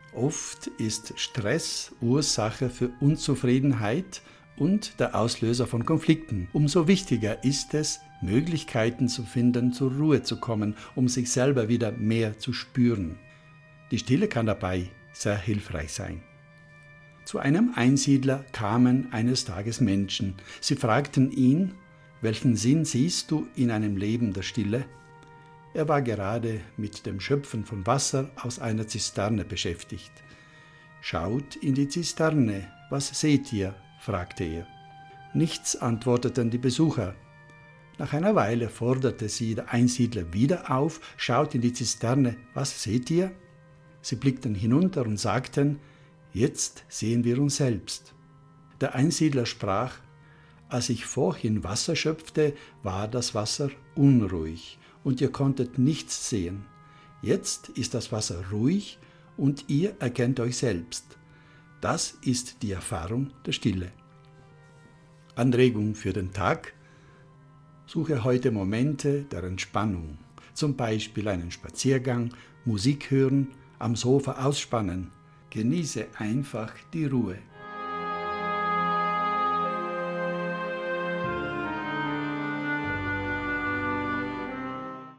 Oft ist Stress Ursache für Unzufriedenheit und der Auslöser von Konflikten. Umso wichtiger ist es, Möglichkeiten zu finden, zur Ruhe zu kommen, um sich selber wieder mehr zu spüren. Die Stille kann dabei sehr hilfreich sein. Zu einem Einsiedler kamen eines Tages Menschen. Sie fragten ihn: Welchen Sinn siehst du in einem Leben der Stille? Er war gerade mit dem Schöpfen von Wasser aus einer Zisterne beschäftigt. »Schaut in die Zisterne, was seht ihr?« fragte er. »Nichts«, antworteten die Besucher. Nach einer Weile forderte sie der Einsiedler wieder auf: »Schaut in die Zisterne, was seht ihr?« Sie blickten hinunter und sagten: »Jetzt sehen wir uns selbst.« Der Einsiedler sprach: »Als ich vorhin Wasser schöpfte, war das Wasser unruhig und ihr konntet nichts sehen. Jetzt ist das Wasser ruhig und ihr erkennt euch selbst. Das ist die Erfahrung der Stille.« Anregung für den Tag: Suche heute Momente der Entspannung, zum Beispiel einen Spaziergang, Musik hören, am Sofa ausspannen. Genieße einfach die Ruhe.